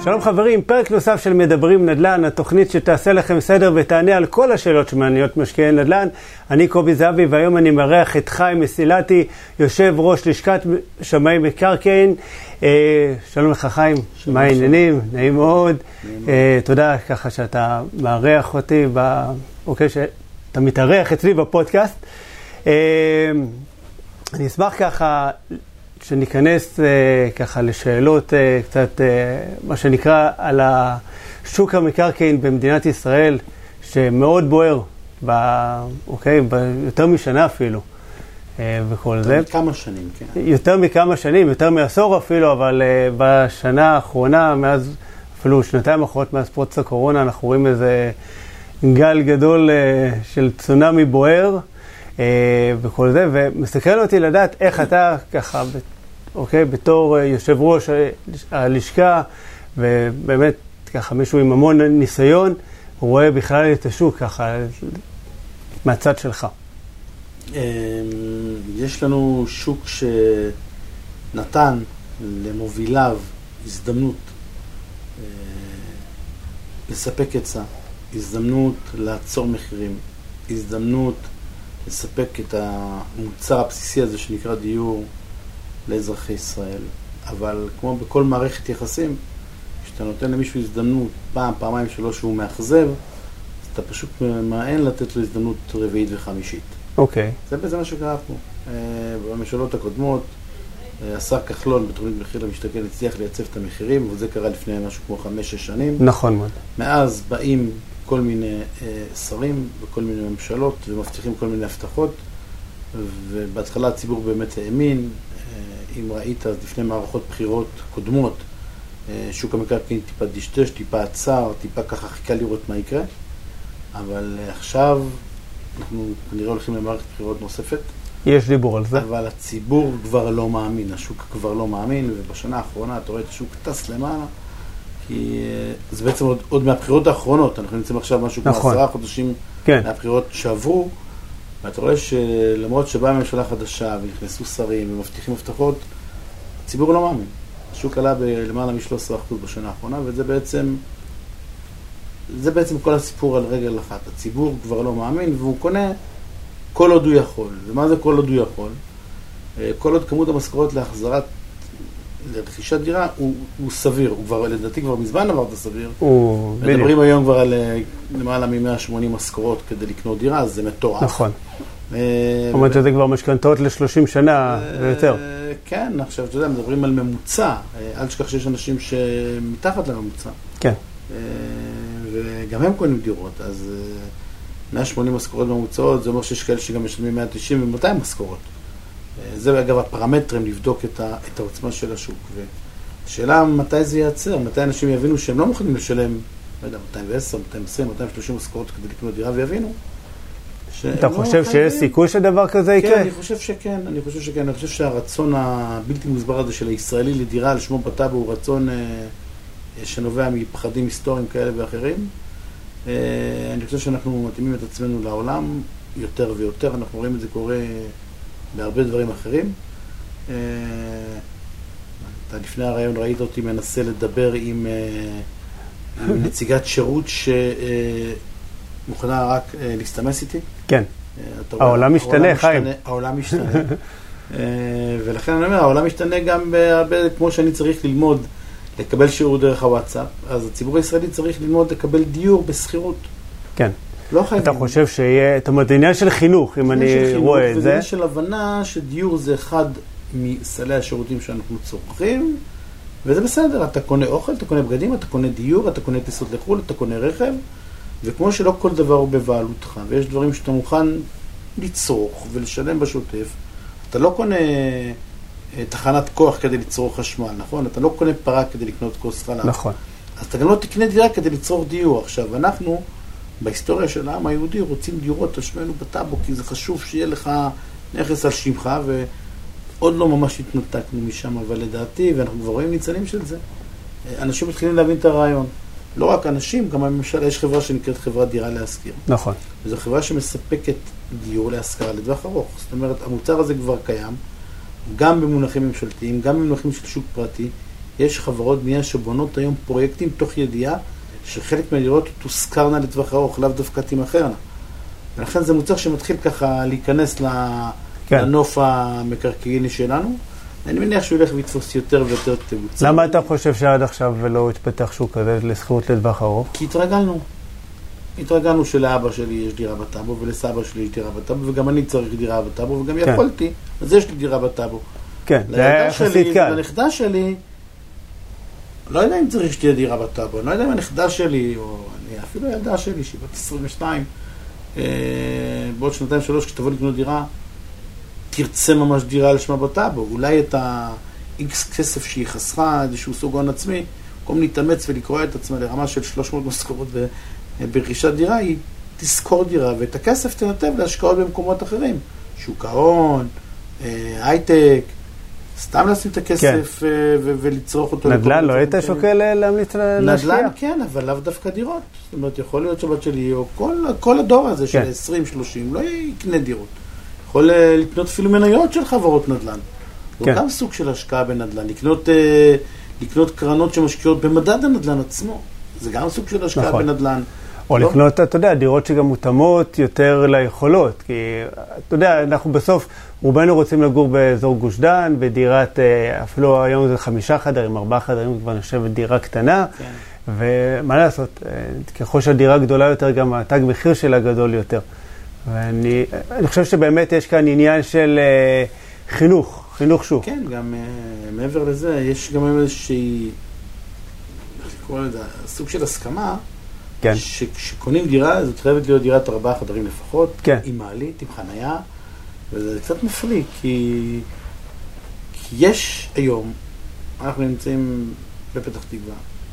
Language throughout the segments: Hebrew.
שלום חברים, פרק נוסף של מדברים נדל"ן, התוכנית שתעשה לכם סדר ותענה על כל השאלות שמעניינות משקיעי נדל"ן. אני קובי זהבי והיום אני מארח את חיים מסילתי, יושב ראש לשכת שמאי מקרקעין. שלום לך חיים, מה העניינים? נעים מאוד. תודה ככה שאתה מארח אותי, שאתה מתארח אצלי בפודקאסט. אני אשמח ככה שניכנס ככה לשאלות קצת, מה שנקרא, על השוק המקרקעין במדינת ישראל, שמאוד בוער, יותר משנה אפילו, וכל זה. יותר מכמה שנים, כן. יותר מכמה שנים, יותר מעשור אפילו, אבל בשנה האחרונה, מאז, אפילו שנתיים אחרות מאז פרוץ הקורונה, אנחנו רואים איזה גל גדול של צונאמי בוער, וכל זה, ומסקרן אותי לדעת איך אתה ככה, בתור יושב ראש הלשכה, ובאמת ככה מישהו עם המון ניסיון, הוא רואה בכלל את השוק ככה מהצד שלך. יש לנו שוק שנתן למוביליו הזדמנות לספק היצע, הזדמנות לעצור מחירים, הזדמנות לספק את המוצר הבסיסי הזה שנקרא דיור לאזרחי ישראל. אבל כמו בכל מערכת יחסים, כשאתה נותן למישהו הזדמנות פעם, פעמיים, שלוש שהוא מאכזב, אז אתה פשוט מעין לתת לו הזדמנות רביעית וחמישית. אוקיי. זה בעצם מה שקרה פה. בממשלות הקודמות, השר כחלון בתוכנית מחיר למשתכן הצליח לייצב את המחירים, וזה קרה לפני משהו כמו 5-6 שנים. נכון מאוד. מאז באים כל מיני שרים וכל מיני ממשלות ומבטיחים כל מיני הבטחות, ובהתחלה הציבור באמת האמין. אם ראית, אז לפני מערכות בחירות קודמות, שוק המקרקעין טיפה דשדש, טיפה עצר, טיפה ככה חיכה לראות מה יקרה. אבל עכשיו אנחנו כנראה הולכים למערכת בחירות נוספת. יש דיבור על זה. אבל הציבור כבר לא מאמין, השוק כבר לא מאמין, ובשנה האחרונה אתה רואה את השוק טס למעלה, כי זה בעצם עוד מהבחירות האחרונות, אנחנו נמצאים עכשיו משהו כמו 10 חודשים מהבחירות שעברו, ואתה רואה שלמרות שבאה ממשלה חדשה ונכנסו שרים ומבטיחים הבטחות, הציבור לא מאמין. השוק עלה בלמעלה מ-13% בשנה האחרונה, וזה בעצם כל הסיפור על רגל אחת. הציבור כבר לא מאמין, והוא קונה כל עוד הוא יכול. ומה זה כל עוד הוא יכול? כל עוד כמות המשכורות לרכישת דירה הוא סביר. הוא כבר, לדעתי כבר מזמן עבר את הסביר. מדברים היום כבר על למעלה מ-180 משכורות כדי לקנות דירה, אז זה מטורף. נכון. זאת אומרת שזה כבר משכנתאות ל-30 שנה ויותר. כן, עכשיו אתה יודע, מדברים על ממוצע. אל תשכח שיש אנשים שמתחת לממוצע. כן. וגם הם קונים דירות, אז 180 משכורות ממוצעות, זה אומר שיש כאלה שגם משלמים 190 ו-200 משכורות. זה אגב הפרמטרים לבדוק את העוצמה של השוק. והשאלה מתי זה ייעצר, מתי אנשים יבינו שהם לא מוכנים לשלם, לא יודע, 210, 220, 230 משכורות כדי לקנות דירה, ויבינו. אתה חושב שיש סיכוי שדבר כזה יקרה? כן, אני חושב שכן. אני חושב שהרצון הבלתי מוסבר הזה של הישראלי לדירה על שמו בטאבו הוא רצון שנובע מפחדים היסטוריים כאלה ואחרים. אני חושב שאנחנו מתאימים את עצמנו לעולם יותר ויותר, אנחנו רואים את זה קורה בהרבה דברים אחרים. לפני הרעיון ראית אותי מנסה לדבר עם נציגת שירות שמוכנה רק להסתמס איתי. כן. העולם משתנה, חיים. העולם משתנה. ולכן אני אומר, העולם משתנה גם בהרבה, כמו שאני צריך ללמוד לקבל שירות דרך הוואטסאפ, אז הציבור הישראלי צריך ללמוד לקבל דיור בסחירות. כן. לא חייבים. אתה חושב שיהיה, אתה אומר, זה עניין של חינוך, אם אני רואה את זה. זה עניין של הבנה שדיור זה אחד מסלי השירותים שאנחנו צורכים, וזה בסדר. אתה קונה אוכל, אתה קונה בגדים, אתה קונה דיור, אתה קונה טיסות לחו"ל, אתה קונה רכב, וכמו שלא כל דבר הוא בבעלותך, ויש דברים שאתה מוכן לצרוך ולשלם בשוטף, אתה לא קונה תחנת כוח כדי לצרוך חשמל, נכון? אתה לא קונה פרה כדי לקנות כוס חלב. נכון. אז אתה גם לא תקנה דירה כדי לצרוך דיור. עכשיו, אנחנו, בהיסטוריה של העם היהודי, רוצים דירות על שמנו בטאבו, כי זה חשוב שיהיה לך נכס על שמך, ועוד לא ממש התנתקנו משם, אבל לדעתי, ואנחנו כבר רואים ניצנים של זה, אנשים מתחילים להבין את הרעיון. לא רק אנשים, גם הממשלה, יש חברה שנקראת חברת דירה להשכיר. נכון. וזו חברה שמספקת דיור להשכרה לטווח ארוך. זאת אומרת, המוצר הזה כבר קיים, גם במונחים ממשלתיים, גם במונחים של שוק פרטי, יש חברות בנייה שבונות היום פרויקטים תוך ידיעה שחלק מהדירות תושכרנה לטווח ארוך, לאו דווקא תימכרנה. ולכן זה מוצר שמתחיל ככה להיכנס לנוף המקרקעיני שלנו. אני מניח שהוא ילך ויתפוס יותר ויותר תאוצה. למה אתה חושב שעד עכשיו לא התפתח שוק כזה לשכירות לטווח ארוך? כי התרגלנו שלאבא שלי יש דירה בטאבו, ולסבא שלי יש דירה בטאבו, וגם אני צריך דירה בטאבו, וגם יכולתי, אז יש לי דירה בטאבו. כן, זה היה יחסית קל. לנכדה שלי, לא יודע אם צריך שתהיה דירה בטאבו, אני לא יודע אם הנכדה שלי, או אפילו הילדה שלי, שהיא בת 22, בעוד 2-3, כשתבוא לקנות דירה, תרצה ממש דירה על שמה בטאבו. אולי את ה-X כסף שהיא חסכה, איזשהו סוג הון עצמי, במקום להתאמץ ולקרוא את עצמה לרמה של 300 משכורות ברכישת דירה, היא תזכור דירה, ואת הכסף תנתב להשקעות במקומות אחרים. שוק ההון, הייטק, סתם לשים את הכסף ולצרוך אותו. נדל"ן, לא היית שוקל להמליץ להשקיע? נדל"ן כן, אבל לאו דווקא דירות. זאת אומרת, יכול להיות שבת שלי, או כל הדור הזה של 20-30, לא יקנה דירות. יכול לקנות אפילו מניות של חברות נדל"ן. זה גם סוג של השקעה בנדל"ן. לקנות קרנות שמשקיעות במדד הנדל"ן עצמו. זה גם סוג של השקעה בנדל"ן. או לקנות, אתה יודע, דירות שגם מותאמות יותר ליכולות. כי, אתה יודע, אנחנו בסוף, רובנו רוצים לגור באזור גוש דן, בדירת, אפילו היום זה 5 חדרים, 4 חדרים, כבר נחשבת דירה קטנה. ומה לעשות, ככל שהדירה גדולה יותר, גם התג מחיר שלה גדול יותר. ואני חושב שבאמת יש כאן עניין של חינוך שוק. כן, גם מעבר לזה, יש גם איזושהי, קורא לזה, סוג של הסכמה, כן. שכשקונים דירה, זאת חייבת להיות דירת 4 חדרים לפחות, כן. עם מעלית, עם חנייה, וזה קצת מפליא, כי יש היום, אנחנו נמצאים בפתח תקווה,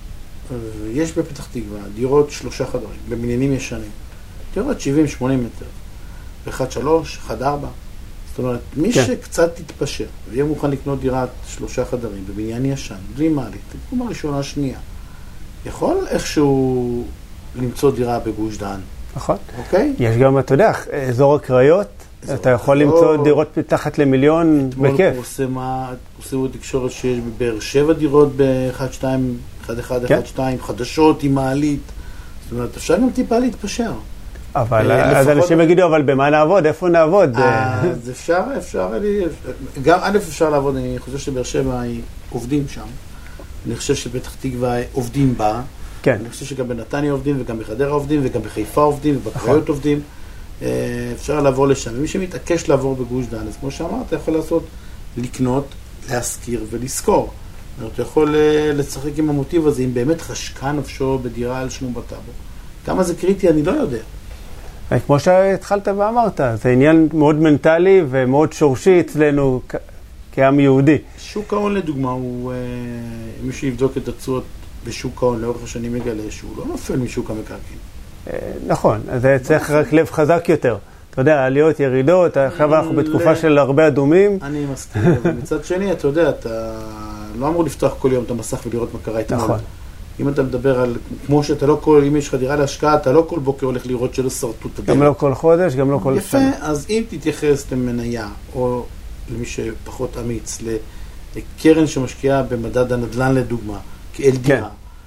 יש בפתח תקווה דירות 3 חדרים, בבניינים ישנים, דירות 70-80 מטר, ו1-3, 1-4, זאת אומרת, מי שקצת תתפשר, ויהיה מוכן לקנות דירת 3 חדרים, בבניין ישן, בלי מעלית, כמו הראשונה, שנייה, יכול איכשהו למצוא דירה בגוש דן. נכון. אוקיי? יש גם, אתה יודע, אזור הקריות, אתה יכול למצוא דירות מתחת למיליון בכיף. אתמול פורסמו תקשורת שיש בבאר 7 דירות ב-1-2, 1-1, 1-2, חדשות עם מעלית. זאת אומרת, אפשר גם טיפה להתפשר. אבל אז אנשים יגידו, אבל במה נעבוד? איפה נעבוד? אז אפשר, גם א' אפשר לעבוד, אני חושב שבאר 7 עובדים שם. אני חושב שבפתח תקווה עובדים בה. כן. אני חושב שגם בנתניה עובדים, וגם בחדרה עובדים, וגם בחיפה עובדים, ובקריות עובדים. אפשר לעבור לשם. ומי שמתעקש לעבור בגוש דן, אז כמו שאמרת, אתה יכול לעשות, לקנות, להשכיר ולזכור. אתה יכול לשחק עם המוטיב הזה, אם באמת חשקה נפשו בדירה על שמו בטאבו. כמה זה קריטי, אני לא יודע. כמו שהתחלת ואמרת, זה עניין מאוד מנטלי ומאוד שורשי אצלנו כעם יהודי. שוק ההון לדוגמה, הוא, מי שיבדוק את התשואות בשוק ההון לאורך השנים מגלה שהוא לא נופל משוק המקרקעין. נכון, אז זה צריך רק לב חזק יותר. אתה יודע, עליות, ירידות, עכשיו אנחנו בתקופה של הרבה אדומים. אני מסכים, ומצד שני, אתה יודע, אתה לא אמור לפתוח כל יום את המסך ולראות מה קרה איתנו. נכון. אם אתה מדבר על, כמו שאתה לא כל, אם יש לך דירה להשקעה, אתה לא כל בוקר הולך לראות שלא שרטו את הדרך. גם לא כל חודש, גם לא כל שנה. יפה, אז אם תתייחס למניה, או למי שפחות אמיץ, לקרן שמשקיעה במדד הנדל"ן לדוגמה, כאל דירה,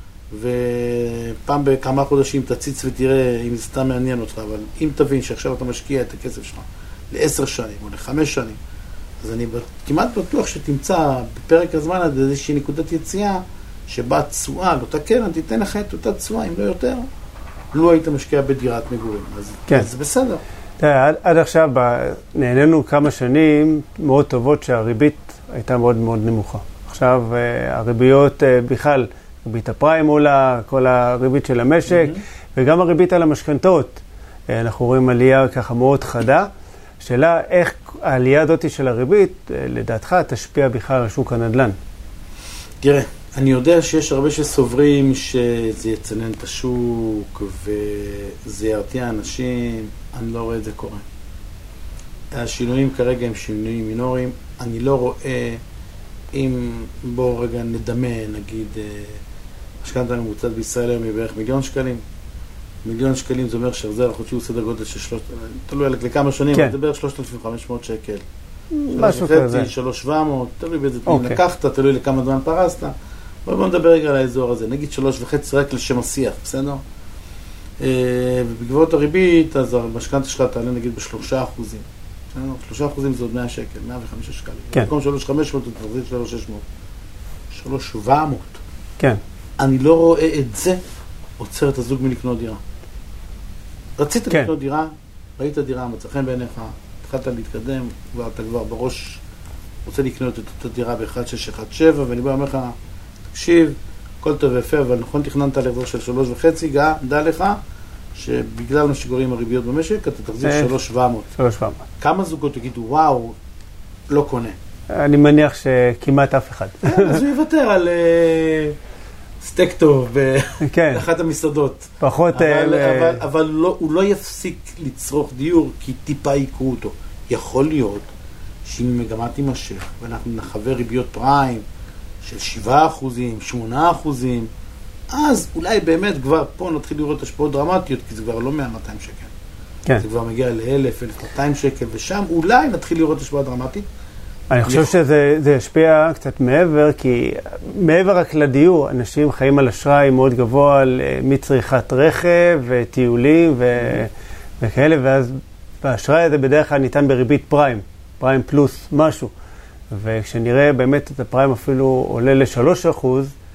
ופעם בכמה חודשים תציץ ותראה אם זה סתם מעניין אותך, אבל אם תבין שעכשיו אתה משקיע את הכסף שלך ל10 שנים או ל5 שנים, אז אני כמעט בטוח שתמצא בפרק הזמן עד איזושהי נקודת יציאה, שבה תשואה על אותה קרן תיתן לך את אותה תשואה, אם לא יותר, לא היית משקיע בדירת מגורים. אז, כן. אז זה בסדר. עד עכשיו נהנינו כמה שנים מאוד טובות שהריבית הייתה מאוד מאוד נמוכה. עכשיו הריביות בכלל, ריבית הפריים עולה, כל הריבית של המשק, וגם הריבית על המשכנתאות. אנחנו רואים עלייה ככה מאוד חדה. שאלה איך העלייה הזאת של הריבית, לדעתך, תשפיע בכלל על שוק הנדל"ן? תראה, אני יודע שיש הרבה שסוברים שזה יצנן את השוק וזה ירתיע אנשים, אני לא רואה את זה קורה. השינויים כרגע הם שינויים מינוריים, אני לא רואה אם בואו רגע נדמה, נגיד, משכנתא הממוצעת בישראל היום היא בערך 1,000,000 שקלים. 1,000,000 שקלים זה אומר שהחזר החודשי הוא סדר גודל של תלוי לכמה שנים, כן. זה בערך 3,500 שקל. משהו כזה. 3,700, תלוי באיזה תנאים לקחת, תלוי לכמה זמן פרסת. בואו נדבר רגע על האזור הזה, נגיד 3.5 רק לשם השיח, בסדר? ובגבוהות הריבית, אז המשכנתא שלך תעלה נגיד ב3%. 3% זה עוד 100 שקל, 105 שקלים. כן. במקום 3,500 אתה תחזיר 3,600. 3,700. כן. אני לא רואה את זה עוצר את הזוג מלקנות דירה. רצית לקנות דירה, ראית דירה, מצא חן בעיניך, התחלת להתקדם, אתה כבר בראש רוצה לקנות את אותה דירה ב-1617, ואני בא ואומר לך, תקשיב, הכל טוב ויפה, אבל נכון תכננת לאזור של 3.5, דע לך שבגלל מה שקוראים הריביות במשק, אתה תחזיר 3,700. 3,700. כמה זוגות יגידו, וואו, לא קונה? אני מניח שכמעט אף אחד. אז הוא יוותר על סטייק טוב באחת המסעדות. פחות... אבל הוא לא יפסיק לצרוך דיור, כי טיפה יקרו אותו. יכול להיות שאם מגמה תימשך, ואנחנו נחווה ריביות פריים של 7%, 8%, אז אולי באמת כבר פה נתחיל לראות השפעות דרמטיות, כי זה כבר לא 100-200 שקל. כן. זה כבר מגיע ל-1,000-1,200 שקל, ושם אולי נתחיל לראות השפעה דרמטית. אני חושב שזה ישפיע קצת מעבר, כי מעבר רק לדיור, אנשים חיים על אשראי מאוד גבוה, מצריכת רכב וטיולים וכאלה, ואז האשראי הזה בדרך כלל ניתן בריבית פריים פלוס משהו. וכשנראה באמת את הפריים אפילו עולה ל3%,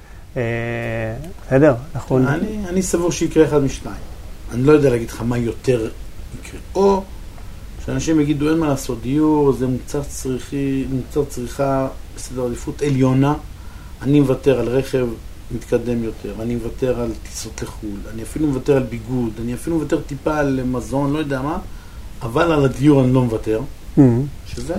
בסדר, נכון? אני סבור שיקרה אחד משניים. אני לא יודע להגיד לך מה יותר יקרה. או שאנשים יגידו, אין מה לעשות, דיור זה מוצר צריכה בסדר עדיפות עליונה. אני מוותר על רכב מתקדם יותר, אני מוותר על טיסות לחול, אני אפילו מוותר על ביגוד, אני אפילו מוותר טיפה על מזון, לא יודע מה, אבל על הדיור אני לא מוותר. שזה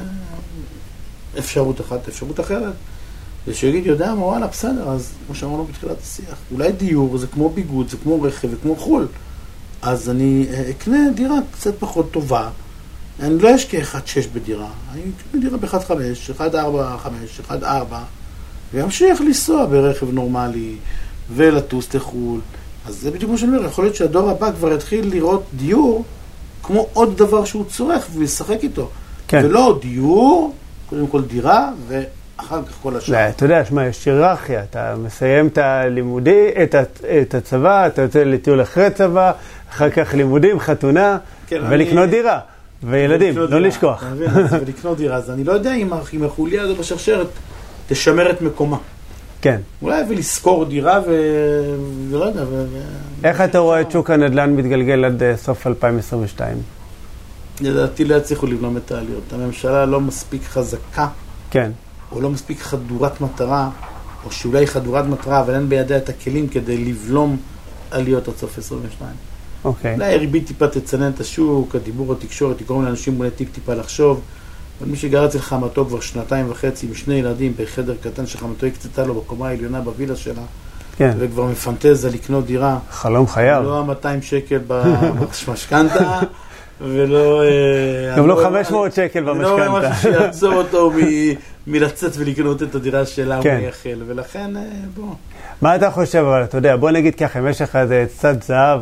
אפשרות אחת, אפשרות אחרת. ושיגיד, יודע מה, וואלה, בסדר, אז כמו שאמרנו בתחילת השיח, אולי דיור זה כמו ביגוד, זה כמו רכב וכמו חול. אז אני אקנה דירה קצת פחות טובה, אני לא אשקיע 1.6 בדירה, אני אקנה דירה ב-1.5, 1.4, 1.4, וימשיך לנסוע ברכב נורמלי, ולטוס לחול. אז זה בדיוק מה שאני אומר, יכול להיות שהדור הבא כבר יתחיל לראות דיור, כמו עוד דבר שהוא צורך, וישחק איתו. כן. ולא דיור, קודם כל דירה, ואחר כך כל השאר. אתה יודע, שמה, יש היררכיה, אתה מסיים את הלימודי, את הצבא, אתה יוצא לטיול אחרי צבא, אחר כך לימודים, חתונה, כן, ולקנות דירה, וילדים, לא לשכוח. ולקנות דירה, אז אני לא יודע אם החוליה הזו בשרשרת תשמר את מקומה. כן. אולי ולזכור דירה ולא יודע. איך אתה רואה את שוק הנדל"ן מתגלגל עד סוף 2022? לדעתי לא יצליחו לבלום את העליות. הממשלה לא מספיק חזקה. כן. או לא מספיק חדורת מטרה, או שאולי חדורת מטרה, אבל אין בידיה את הכלים כדי לבלום עליות עד סוף 22. אוקיי. אולי הריבית טיפה תצנן את השוק, הדיבור התקשורת, יגרום לאנשים אולי טיפה לחשוב, אבל מי שגר אצל חמתו כבר 2.5 עם 2 ילדים בחדר קטן שחמתו הקצתה לו בקומה העליונה בווילה שלה, כן. וכבר מפנטזה לקנות דירה. חלום חייו. לא 200 שקל במשכנתא, ולא... גם לא 500 שקל במשכנתא. לא משהו שיעצור אותו מלצאת ולקנות את הדירה שלה ומייחל, ולכן בוא. מה אתה חושב, אבל אתה יודע, בוא נגיד ככה, אם יש לך איזה צד זהב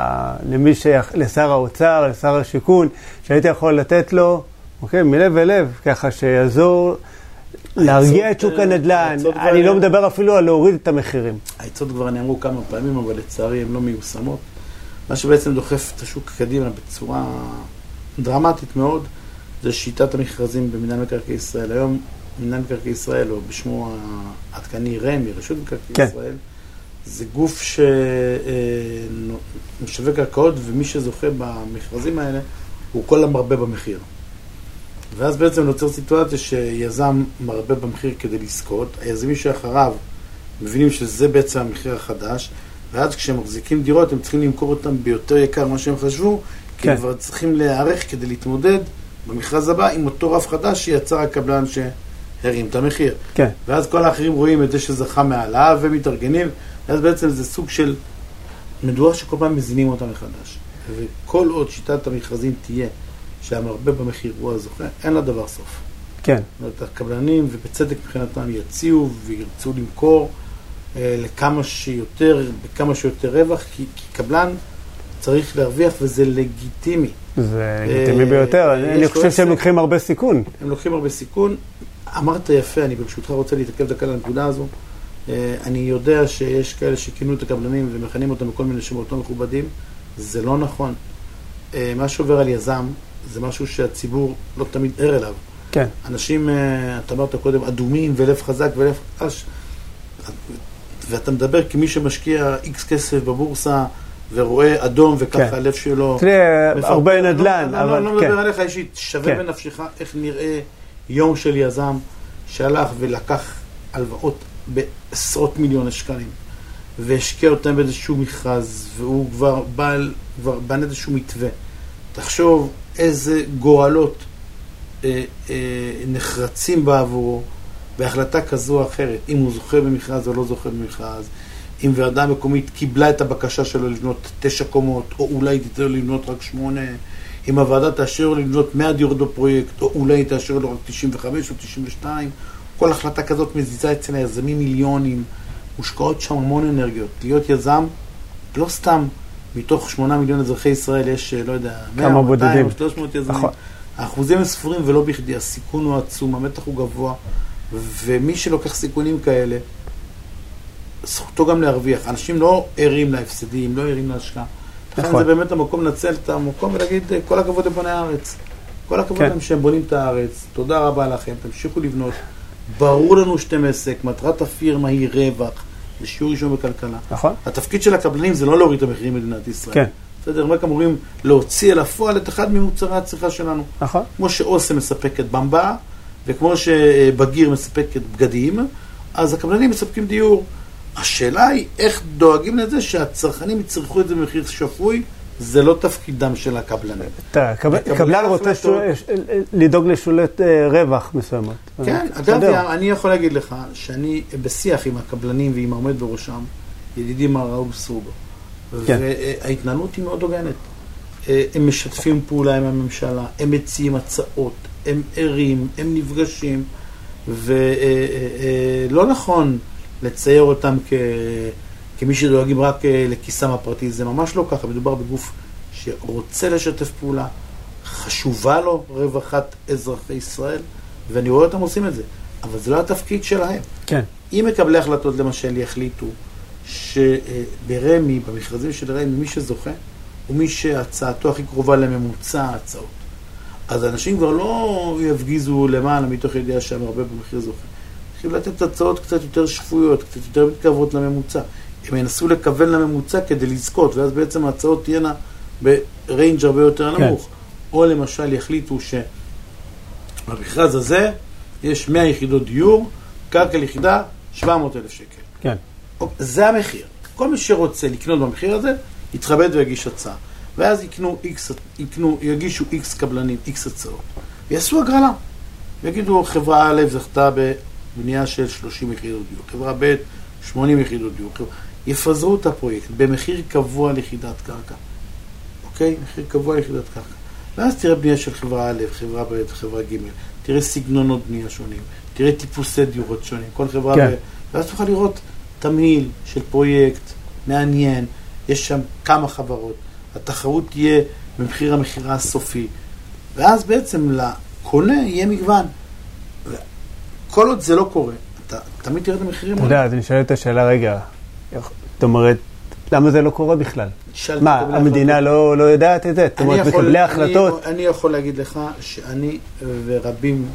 לשר האוצר, לשר השיכון, שהייתי יכול לתת לו, אוקיי, מלב ולב, ככה שיעזור להרגיע את שוק הנדל"ן. אני לא מדבר אפילו על להוריד את המחירים. העצות כבר נאמרו כמה פעמים, אבל לצערי הן לא מיושמות. מה שבעצם דוחף את השוק קדימה בצורה דרמטית מאוד, זה שיטת המכרזים במינהל מקרקעי ישראל. היום מינהל מקרקעי ישראל, או בשמו העדכני רמ"י, רשות מקרקעי ישראל, זה גוף שמשווק קרקעות, ומי שזוכה במכרזים האלה הוא כל המרבה במחיר. ואז בעצם נוצר סיטואציה שיזם מרבה במחיר כדי לזכות, היזמים שאחריו מבינים שזה בעצם המחיר החדש, ואז כשהם מחזיקים דירות הם צריכים למכור אותם ביותר יקר מה שהם חשבו, כי הם כבר צריכים להיערך כדי להתמודד במכרז הבא עם אותו רף חדש שיצר הקבלן שהרים את המחיר. כן. ואז כל האחרים רואים את זה שזכה מעליו ומתארגנים, ואז בעצם זה סוג של מדוע שכל פעם מזינים אותם מחדש. וכל עוד שיטת המכרזים תהיה שהמרבה במחיר הוא הזוכה, אין לה דבר סוף. כן. זאת אומרת, הקבלנים, ובצדק מבחינתם יציעו וירצו למכור לכמה שיותר, בכמה שיותר רווח, כי קבלן צריך להרוויח וזה לגיטימי. זה לגיטימי ביותר. אני חושב שהם לוקחים הרבה סיכון. הם לוקחים הרבה סיכון. אמרת יפה, אני ברשותך רוצה להתעכב דקה לנקודה הזו. אני יודע שיש כאלה שכינו את הקבלנים ומכנים אותם בכל מיני שמות לא מכובדים, זה לא נכון. מה שעובר על יזם זה משהו שהציבור לא תמיד ער אליו. כן. אנשים, אתה אמרת קודם, אדומים ולב חזק ולב חש, ואתה מדבר כמי שמשקיע איקס כסף בבורסה ורואה אדום וככה הלב שלו. תראה, הרבה נדל"ן, אבל לא מדבר עליך אישית, שווה בנפשך איך נראה יום של יזם שהלך ולקח הלוואות בעשרות מיליוני שקלים והשקיע אותם באיזשהו מכרז והוא כבר בא איזשהו מתווה. תחשוב איזה גורלות נחרצים בעבורו בהחלטה כזו או אחרת, אם הוא זוכה במכרז או לא זוכה במכרז, אם ועדה מקומית קיבלה את הבקשה שלו לבנות 9 קומות, או אולי תיתן לו לבנות רק 8, אם הוועדה תאשר לו לבנות 100 דירות בפרויקט, או אולי תאשר לו רק 95 או 92, כל החלטה כזאת מזיזה אצל היזמים מיליונים, מושקעות שם המון אנרגיות. להיות יזם, לא סתם מתוך 8 מיליון אזרחי ישראל יש, לא יודע, 100, 200 או 300 יזמים. האחוזים הם ספורים ולא בכדי, הסיכון הוא עצום, המתח הוא גבוה, ומי שלוקח סיכונים כאלה, זכותו גם להרוויח. אנשים לא ערים להפסדים, לא ערים להשקעה. לכן זה באמת המקום לנצל את המקום ולהגיד, כל הכבוד לבוני הארץ. כל הכבוד להם שהם בונים את הארץ. תודה רבה לכם, תמשיכו לבנות. ברור לנו שאתם עסק, מטרת הפירמה היא רווח, זה שיעור ראשון בכלכלה. נכון. התפקיד של הקבלנים זה לא להוריד את המחירים במדינת ישראל. כן. בסדר, רק אמורים להוציא אל הפועל את אחד ממוצרי הצריכה שלנו. נכון. כמו שאוסם מספקת במבה, וכמו שבגיר מספקת בגדים, אז הקבלנים מספקים דיור. השאלה היא איך דואגים לזה שהצרכנים יצרכו את זה במחיר שפוי, זה לא תפקידם של הקבלנים. קבלן רוצה לדאוג לשולט רווח מסוימות. כן, אגב, אני יכול להגיד לך שאני בשיח עם הקבלנים ועם העומד בראשם, ידידי מר ראול סרוגו, וההתנהלות היא מאוד הוגנת. הם משתפים פעולה עם הממשלה, הם מציעים הצעות, הם ערים, הם נפגשים, ולא נכון לצייר אותם כמי שדואגים רק לכיסם הפרטי. זה ממש לא ככה. מדובר בגוף שרוצה לשתף פעולה, חשובה לו רווחת אזרחי ישראל, ואני רואה אותם עושים את זה. אבל זה לא התפקיד שלהם. כן. אם מקבלי החלטות למשל יחליטו שברמי, במכרזים של רמי, מי שזוכה, הוא מי שהצעתו הכי קרובה לממוצע ההצעות. אז אנשים כבר לא יפגיזו למעלה מתוך ידיעה שהמרבה במחיר זוכה. צריכים לתת הצעות קצת יותר שפויות, קצת יותר מתקרבות לממוצע. הם ינסו לכוון לממוצע כדי לזכות, ואז בעצם ההצעות תהיינה בריינג' הרבה יותר נמוך. כן. או למשל יחליטו שבמכרז הזה יש 100 יחידות דיור, קרקע ליחידה 700,000 שקל. כן. זה המחיר. כל מי שרוצה לקנות במחיר הזה, יתכבד ויגיש הצעה. ואז יגישו X קבלנים, X הצעות. ויעשו הגרלה. ויגידו, חברה א' זכתה בבנייה של 30 יחידות דיור. חברה ב' 80 יחידות דיור. יפזרו את הפרויקט במחיר קבוע ליחידת קרקע. אוקיי? מחיר קבוע ליחידת קרקע. ואז תראה בנייה של חברה א', חברה ב', חברה ג'. תראה סגנונות בנייה שונים. תראה טיפוסי דיורות שונים. כל חברה כן. ואז תוכל לראות תמהיל של פרויקט מעניין. יש שם כמה חברות. התחרות תהיה במחיר המחירה הסופי. ואז בעצם לקונה יהיה מגוון. כל עוד זה לא קורה, אתה תמיד תראה את המחירים. אתה יודע, אז אני שואל את השאלה רגע. זאת אומרת, למה זה לא קורה בכלל? מה, המדינה לא יודעת את זה? זאת אומרת, מקבלי החלטות? אני יכול להגיד לך שאני ורבים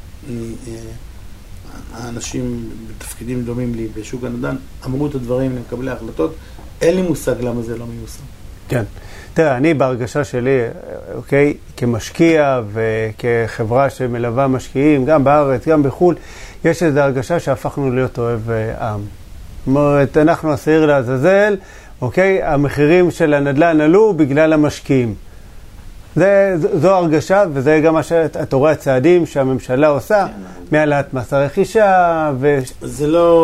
האנשים בתפקידים דומים לי בשוק הנדל"ן אמרו את הדברים למקבלי ההחלטות. אין לי מושג למה זה לא מיושם. כן. תראה, אני בהרגשה שלי, אוקיי, כמשקיע וכחברה שמלווה משקיעים, גם בארץ, גם בחו"ל, יש איזו הרגשה שהפכנו להיות אוהב עם. זאת אומרת, אנחנו השעיר לעזאזל, אוקיי, המחירים של הנדל"ן עלו בגלל המשקיעים. זו הרגשה, וזה גם מה שאתה רואה הצעדים שהממשלה עושה, מעלת מס הרכישה, זה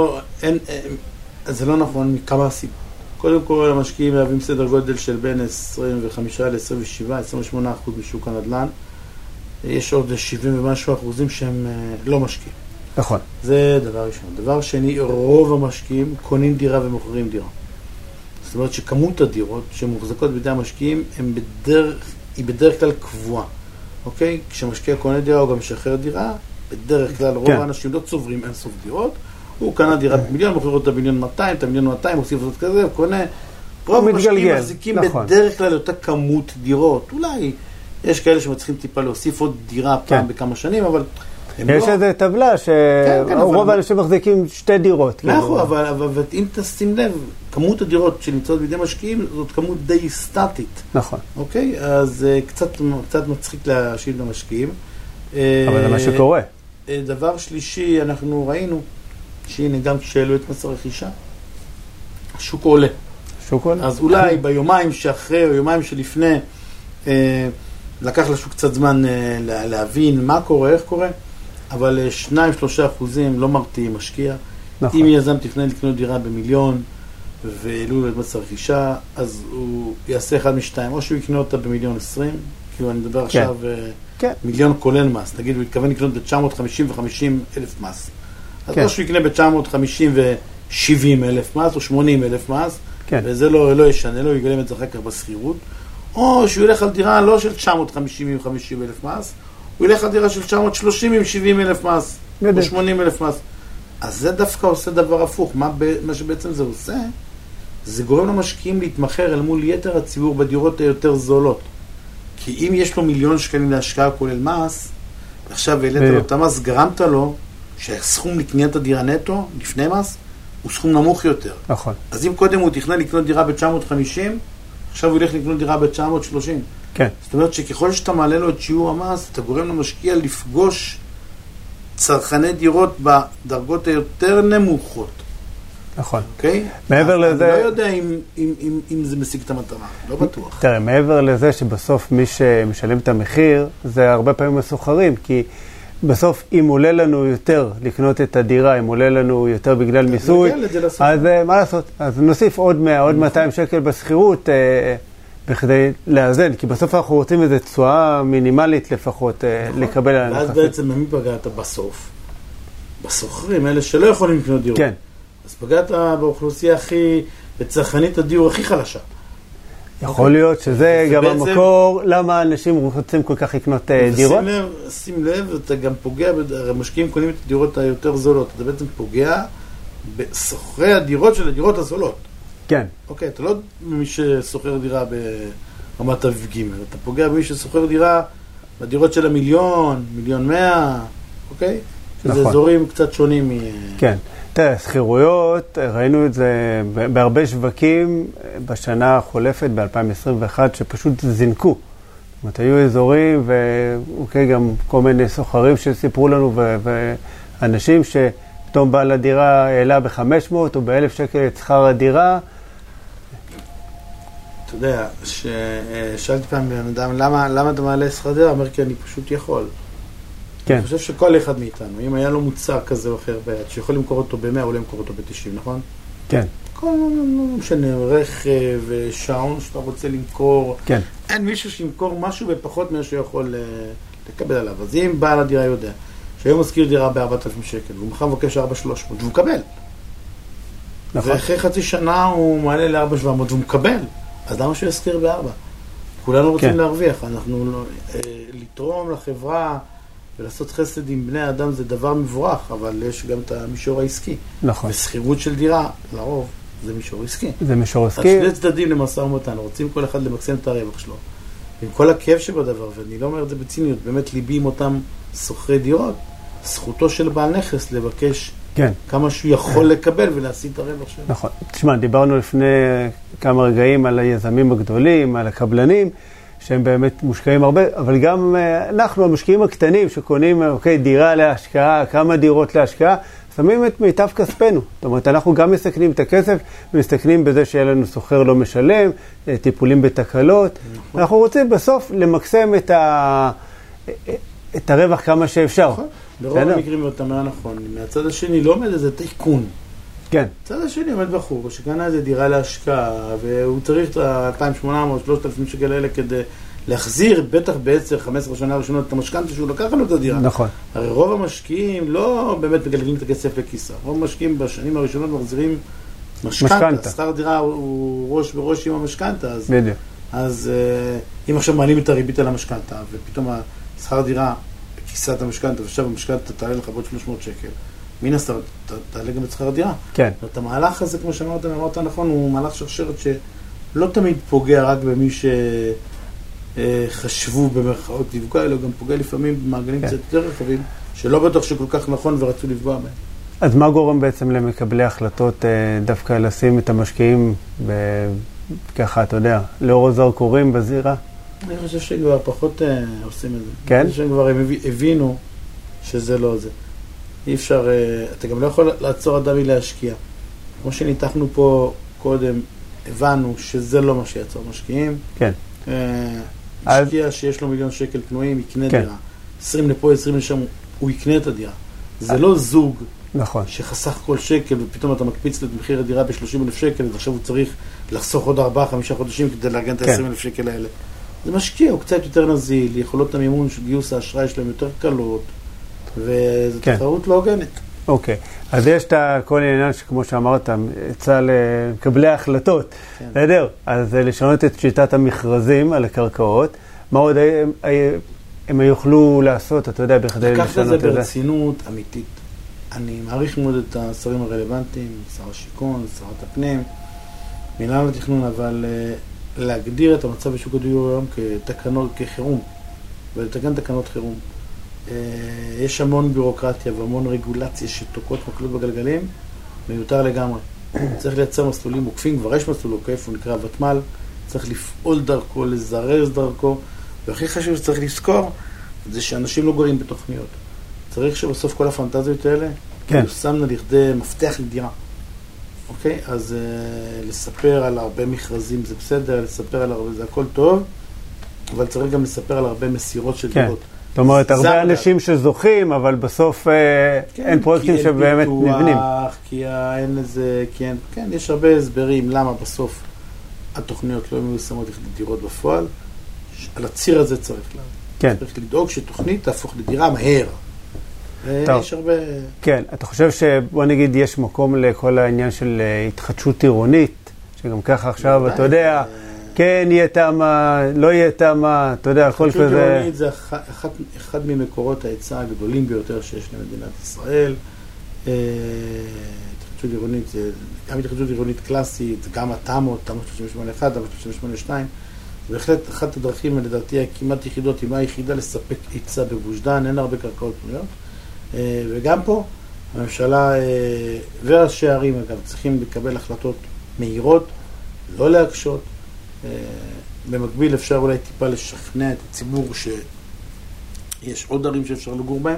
לא נכון מכמה סיבות. קודם כל, המשקיעים מהווים סדר גודל של בין 25 ל-27, 28% משוק הנדל"ן. יש עוד 70 ומשהו אחוזים שהם לא משקיעים. נכון. זה דבר ראשון. דבר שני, רוב המשקיעים קונים דירה ומוכרים דירה. זאת אומרת שכמות הדירות שמוחזקות בידי המשקיעים היא בדרך כלל קבועה. אוקיי? כשמשקיע קונה דירה או גם משחרר דירה, בדרך כלל רוב האנשים לא צוברים אין סוף דירות, הוא קנה דירת מיליון, מוכר אותה מיליון 200, את המיליון 200, מוסיף זאת כזה, הוא קונה. רוב המשקיעים מחזיקים בדרך כלל אותה כמות דירות. אולי יש כאלה שמצליחים טיפה להוסיף עוד דירה פעם בכמה שנים, אבל יש איזו טבלה שרוב האנשים מחזיקים 2 דירות. נכון, אבל אם תשים לב, כמות הדירות שנמצאות בידי משקיעים, זאת כמות די סטטית. נכון. אוקיי? אז קצת מצחיק להשאיל למשקיעים. אבל זה מה שקורה. דבר שלישי, אנחנו ראינו, שהנה גם כשהעלו את מס הרכישה, השוק עולה. שוק עולה. אז אולי ביומיים שאחרי או יומיים שלפני, לקח לשוק קצת זמן להבין מה קורה, איך קורה, אבל 2-3% לא מרתיעים משקיע. נכון. אם יזם תפנה לקנות דירה במיליון, והעלו את מס הרכישה, אז הוא יעשה אחד משתיים, או שהוא יקנה אותה במיליון 20, כאילו אני מדבר עכשיו מיליון כולל מס, נגיד הוא התכוון לקנות ב-950 אלף מס, אז או שהוא יקנה ב-950 אלף מס, או 80 אלף מס, וזה לא ישנה, לא יגלם את זה אחר כך בסחירות, או שהוא ילך על דירה לא של 950 עם 50 אלף מס, הוא ילך על דירה של 930 עם 70 אלף מס, או 80 אלף מס. אז זה דווקא עושה דבר הפוך. מה שבעצם זה עושה, זה גורם למשקיעים להתמחר אל מול יתר הציבור בדירות היותר זולות. כי אם יש לו מיליון שקלים להשקעה כולל מס, עכשיו העלית לו את המס, גרמת לו שהסכום לקניית הדירה נטו, לפני מס, הוא סכום נמוך יותר. נכון. אז אם קודם הוא תכנן לקנות דירה ב-950, עכשיו הוא ילך לקנות דירה ב-930. כן. זאת אומרת שככל שאתה מעלה לו את שיעור המס, אתה גורם למשקיע לפגוש צרכני דירות בדרגות היותר נמוכות. נכון. אוקיי? מעבר לזה... אני לא יודע אם זה משיג את המטרה, לא בטוח. תראה, מעבר לזה שבסוף מי שמשלם את המחיר, זה הרבה פעמים הסוחרים, כי בסוף אם עולה לנו יותר לקנות את הדירה, אם עולה לנו יותר בגלל מיסוי, אז מה לעשות? אז נוסיף עוד 100, עוד 200 שקל בסחירות, בכדי לאזן, כי בסוף אנחנו רוצים איזו תשואה מינימלית לפחות לקבל על הנכסים. ואז בעצם מי פגעת בסוף? בסוחרים, אלה שלא יכולים לקנות דירות. כן. אז פגעת באוכלוסייה הכי, בצרכנית הדיור הכי חלשה. יכול להיות שזה גם המקור, למה אנשים רוצים כל כך לקנות דירות? שים לב, אתה גם פוגע, המשקיעים קונים את הדירות היותר זולות, אתה בעצם פוגע בסוחרי הדירות של הדירות הזולות. כן. אוקיי, אתה לא מי שסוחר דירה ברמת אביב ג', אתה פוגע במי שסוחר דירה בדירות של המיליון, מיליון 100, אוקיי? שזה אזורים קצת שונים כן. תראה, סחירויות, ראינו את זה בהרבה שווקים בשנה החולפת, ב-2021, שפשוט זינקו. זאת אומרת, היו אזורים, ואוקיי, גם כל מיני סוחרים שסיפרו לנו, ואנשים שפתאום בעל הדירה העלה ב-500 או ב-1,000 שקל את שכר הדירה. אתה יודע, שאלתי פעם בן אדם, למה אתה מעלה שכר דירה? אומר, כי אני פשוט יכול. כן. אני חושב שכל אחד מאיתנו, אם היה לו מוצר כזה או אחר ביד, שיכול למכור אותו ב-100 או למכור אותו ב-90, נכון? כן. כל משנה, רכב, שעון שאתה רוצה למכור. כן. אין מישהו שימכור משהו בפחות מה שיכול לקבל עליו. אז אם בעל הדירה יודע, שהיום מזכיר דירה ב-4,000 שקל, והוא מחר מבקש 4,300, והוא מקבל. נכון. ואחרי חצי שנה הוא מעלה ל-4,700 והוא מקבל. אז למה שהוא יזכיר ב-4? כולנו רוצים להרוויח. אנחנו לתרום לחברה, ולעשות חסד עם בני האדם זה דבר מבורך, אבל יש גם את המישור העסקי. נכון. וסחירות של דירה, לרוב, זה מישור עסקי. זה מישור עסקי. אז שני צדדים למשא ומתן, רוצים כל אחד למקסם את הרווח שלו. עם כל הכאב שבדבר, ואני לא אומר את זה בציניות, באמת ליבי עם אותם סוחרי דירות, זכותו של בעל נכס לבקש כמה שהוא יכול לקבל ולהשיג את הרווח שלו. נכון. תשמע, דיברנו לפני כמה רגעים על היזמים הגדולים, על הקבלנים, שהם באמת מושקעים הרבה, אבל גם אנחנו, המשקיעים הקטנים שקונים, אוקיי, דירה להשקעה, כמה דירות להשקעה, שמים את מיטב כספנו. זאת אומרת, אנחנו גם מסתכנים את הכסף, ומסתכנים בזה שיהיה לנו סוחר לא משלם, טיפולים בתקלות. נכון. אנחנו רוצים בסוף למקסם את הרווח כמה שאפשר. נכון. ברוב המקרים אתה אומר נכון. מהצד השני לא עומד איזה תיקון. כן. הצד השני עומד בחור, שקנה איזה דירה להשקעה, והוא צריך את ה-2,800, 3,000 שקל האלה כדי להחזיר, בטח ב10-15 שנה ראשונות, את המשכנתה שהוא לקח לו את הדירה. נכון. הרי רוב המשקיעים לא באמת מגלגלים את הכסף לכיסה. רוב המשקיעים בשנים הראשונות מחזירים משכנתה. שכר דירה הוא ראש בראש עם המשכנתה. בדיוק. אז אם עכשיו מעלים את הריבית על המשכנתה, ופתאום השכר דירה בכיסת המשכנתה, ועכשיו המשכנתה תעלה לך בעוד 300 שקל, מן הסתם, תעלה גם את שכר הדירה. כן. את המהלך הזה, כמו שאמרת נכון, הוא מהלך שרשרת שלא תמיד פוגע רק במי שחשבו במרכאות לפגוע, אלא גם פוגע לפעמים במעגלים קצת יותר רחבים, שלא בטוח שכל כך נכון ורצו לפגוע בהם. אז מה גורם בעצם למקבלי החלטות דווקא לשים את המשקיעים ככה, אתה יודע, לאור הזרקורים בזירה? אני חושב שכבר פחות עושים את זה. כן? אני חושב שכבר הם הבינו שזה לא זה. אי אפשר, אתה גם לא יכול לעצור אדם מלהשקיע. כמו שניתחנו פה קודם, הבנו שזה לא מה שיעצור משקיעים. כן. משקיע שיש לו מיליון שקל פנויים, יקנה דירה. 20 לפה, 20 לשם, הוא יקנה את הדירה. זה לא זוג שחסך כל שקל, ופתאום אתה מקפיץ לו את מחיר הדירה ב-30,000 שקל, ועכשיו הוא צריך לחסוך עוד 4-5 חודשים כדי לארגן את ה-20,000 שקל האלה. זה משקיע, הוא קצת יותר נזיל, יכולות המימון של גיוס האשראי שלהם יותר קלות, וזו תחרות לא הוגנת. אוקיי, אז יש את כל העניין שכמו שאמרת, יצא לקבלי ההחלטות, בסדר? אז לשנות את שיטת המכרזים על הקרקעות, מה עוד הם יוכלו לעשות, אתה יודע, בכדי לשנות את זה? לקחת את זה ברצינות אמיתית. אני מעריך מאוד את השרים הרלוונטיים, שר השיכון, שרת הפנים, מינהל התכנון, אבל להגדיר את המצב בשוק הדיור היום כחירום, ולתקן תקנות חירום. יש המון בירוקרטיה והמון רגולציה שתוקעות מקלות בגלגלים, מיותר לגמרי. צריך לייצר מסלולים מוקפים, כבר יש מסלול עוקף, הוא נקרא ותמ"ל, צריך לפעול דרכו, לזרז דרכו, והכי חשוב שצריך לזכור, זה שאנשים לא גרים בתוכניות. צריך שבסוף כל הפנטזיות האלה, יושמנה לכדי מפתח לדירה. אוקיי? אז לספר על הרבה מכרזים זה בסדר, לספר על הרבה זה הכל טוב, אבל צריך גם לספר על הרבה מסירות של דירות. זאת אומרת, הרבה אנשים שזוכים, אבל בסוף אין פרויקטים שבאמת נבנים. כי אין לזה, כן, יש הרבה הסברים למה בסוף התוכניות לא מיושמות לכדי דירות בפועל. על הציר הזה צריך לדאוג שתוכנית תהפוך לדירה מהר. יש הרבה... כן, אתה חושב שבוא נגיד יש מקום לכל העניין של התחדשות עירונית, שגם ככה עכשיו אתה יודע, כן יהיה תמה, לא יהיה תמה, אתה יודע, הכל כזה... התחדשות עירונית זה אחד ממקורות ההיצע הגדולים ביותר שיש למדינת ישראל. התחדשות עירונית זה גם התחדשות עירונית קלאסית, זה גם התמות, תמות 38-1, תמות 38-2. בהחלט אחת הדרכים, לדעתי, כמעט יחידות, היא היחידה לספק היצע בגוש דן, אין הרבה קרקעות פנויות. וגם פה, הממשלה וראשי הערים, אגב, צריכים לקבל החלטות מהירות, לא להקשות. במקביל אפשר אולי טיפה לשכנע את הציבור שיש עוד ערים שאפשר לגור בהם,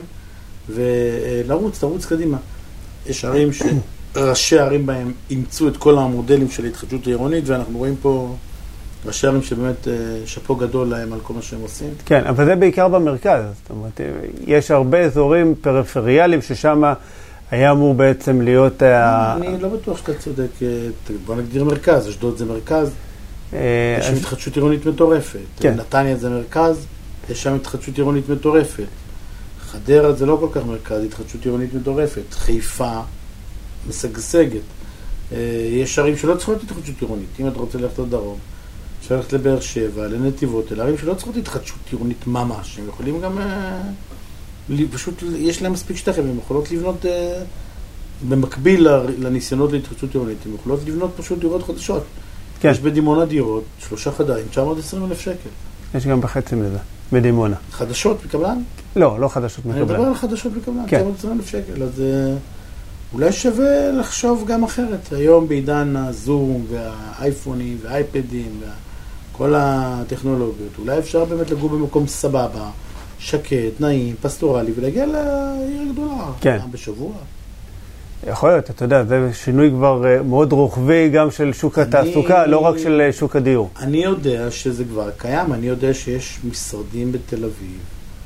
ולרוץ קדימה. יש ערים שראשי הערים בהם אימצו את כל המודלים של התחדשות העירונית, ואנחנו רואים פה ראשי ערים שבאמת שפו גדול להם על כל מה שהם עושים. כן, אבל זה בעיקר במרכז. זאת אומרת, יש הרבה אזורים פריפריאליים ששם היה אמור בעצם להיות... אני לא בטוח שאתה צודק. בוא נגדיר מרכז, אשדוד זה מרכז. יש שם התחדשות עירונית מטורפת. נתניה זה מרכז, יש שם התחדשות עירונית מטורפת. חדרה זה לא כל כך מרכז, התחדשות עירונית מטורפת. חיפה משגשגת. יש ערים שלא צריכות התחדשות עירונית. אם אתה רוצה ללכת לדרום, אפשר ללכת לבאר שבע, לנתיבות, אלה ערים שלא צריכות התחדשות עירונית ממש. הם יכולים גם... פשוט יש להם מספיק שטחים, הם יכולות לבנות במקביל לניסיונות להתחדשות עירונית, הם יכולות לבנות פשוט דירות חדשות. כן. יש בדימונה דירות, 3 חדרים, 920,000 שקל. יש גם בחצי מזה, בדימונה. חדשות מקבלן? לא חדשות מקבלן. אני מדבר על חדשות מקבלן, כן. 920,000 שקל, אז אולי שווה לחשוב גם אחרת. היום בעידן הזום והאייפונים והאייפדים וכל הטכנולוגיות, אולי אפשר באמת לגור במקום סבבה, שקט, נעים, פסטורלי, ולהגיע לעיר גדולה. כן. בשבוע. יכול להיות, אתה יודע, זה שינוי כבר מאוד רוחבי גם של שוק התעסוקה, לא רק של שוק הדיור. אני יודע שזה כבר קיים, אני יודע שיש משרדים בתל אביב,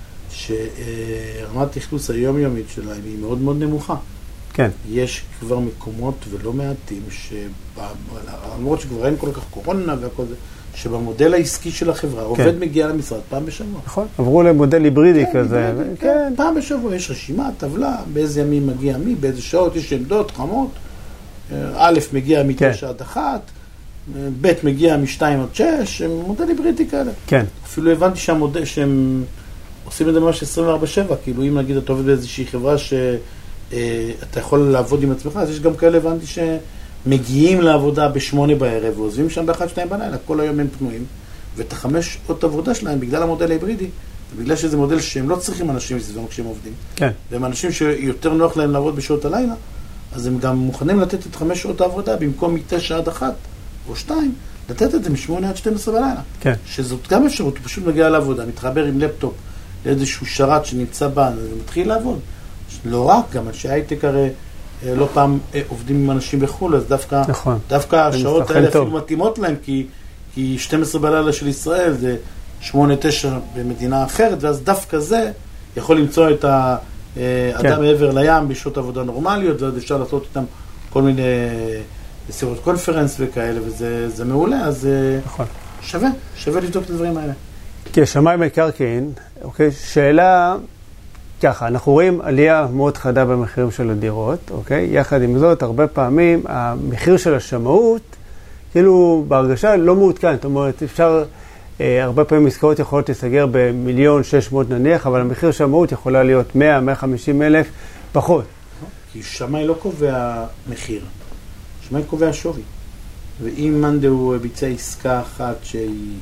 שרמת תכלוס היומיומית שלהם היא מאוד מאוד נמוכה. כן. יש כבר מקומות ולא מעטים, למרות שכבר אין כל כך קורונה והכל זה, שבמודל העסקי של החברה, עובד מגיע למשרד פעם בשבוע. נכון, עברו למודל היברידי כזה. כן, פעם בשבוע יש רשימה, טבלה, באיזה ימים מגיע מי, באיזה שעות, יש עמדות, חמות. א' מגיע מ-9 עד 1, ב' מגיע מ-2 עד 6, מודל היברידי כאלה. כן. אפילו הבנתי שהם עושים את זה ממש 24/7, כאילו אם נגיד אתה עובד באיזושהי חברה אתה יכול לעבוד עם עצמך, אז יש גם כאלה, הבנתי, שמגיעים לעבודה ב8 בערב, ועוזבים שם ב1-2 בלילה, כל היום הם פנויים, ואת 5 שעות עבודה שלהם, בגלל המודל ההיברידי, בגלל שזה מודל שהם לא צריכים אנשים מסביבם כשהם עובדים, כן. והם אנשים שיותר נוח להם לעבוד בשעות הלילה, אז הם גם מוכנים לתת את 5 שעות העבודה, במקום מ9 עד 1 או 2, לתת את זה מ8 עד 12 בלילה. כן. שזאת גם אפשרות, הוא פשוט מגיע לעבודה, מתחבר עם לפטופ לאיזשהו שרת שנמצא בה, ומתחיל לעבוד. לא רק, גם אנשי הייטק הרי לא פעם עובדים עם אנשים בחו"ל, אז דווקא השעות האלה אפילו מתאימות להם, כי 12 בלילה של ישראל זה 8-9 במדינה אחרת, ואז דווקא זה יכול למצוא את האדם מעבר לים בשעות עבודה נורמליות, ואז אפשר לעשות איתם כל מיני סירות קונפרנס וכאלה, וזה מעולה, אז שווה לבדוק את הדברים האלה. כי השמאי מקרקעין, אוקיי, שאלה ככה, אנחנו רואים עלייה מאוד חדה במחירים של הדירות, אוקיי? יחד עם זאת, הרבה פעמים המחיר של השמאות, כאילו בהרגשה לא מעודכן, זאת אומרת, אפשר, הרבה פעמים עסקאות יכולות להיסגר ב1,600,000 נניח, אבל המחיר של השמאות יכולה להיות 100-150 אלף פחות. כי שמאי לא קובע מחיר, שמאי קובע שווי. ואם מאנדאו ביצע עסקה אחת שהיא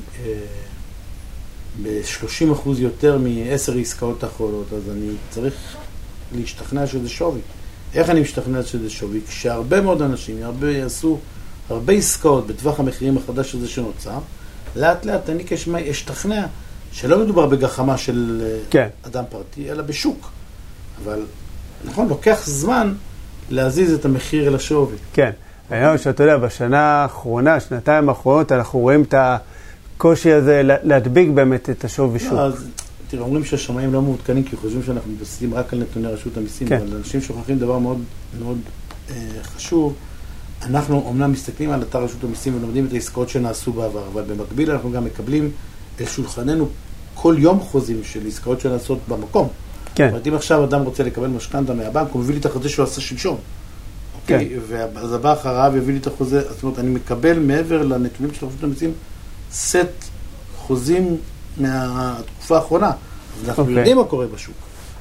ב-30% יותר מ10 עסקאות אחרות, אז אני צריך להשתכנע שזה שווי. איך אני משתכנע שזה שווי? כשהרבה מאוד אנשים יעשו הרבה עסקאות בטווח המחירים החדש הזה שנוצר, לאט לאט אני כשמאי אשתכנע שלא מדובר בגחמה של אדם פרטי, אלא בשוק. אבל נכון, לוקח זמן להזיז את המחיר אל השווי. כן. היום שאתה יודע, בשנה האחרונה, שנתיים האחרונות, אנחנו רואים את הקושי הזה להדביק באמת את השווי שוק. אז תראה, אומרים שהשמאים לא מעודכנים, כי חושבים שאנחנו מתבססים רק על נתוני רשות המיסים, אבל אנשים שוכחים דבר מאוד מאוד חשוב. אנחנו אומנם מסתכלים על אתר רשות המיסים ולומדים את העסקאות שנעשו בעבר, אבל במקביל אנחנו גם מקבלים אל שולחננו כל יום חוזים של עסקאות שנעשות במקום. כן. זאת אומרת, אם עכשיו אדם רוצה לקבל משכנתא מהבנק, הוא מביא לי את החוזה שהוא עשה שלשום. כן. ואז הבא אחריו יביא לי את החוזה, זאת אומרת, אני מקבל מעבר לנתונים של רשות המיסים סט חוזים מהתקופה האחרונה. אז אנחנו יודעים מה קורה בשוק.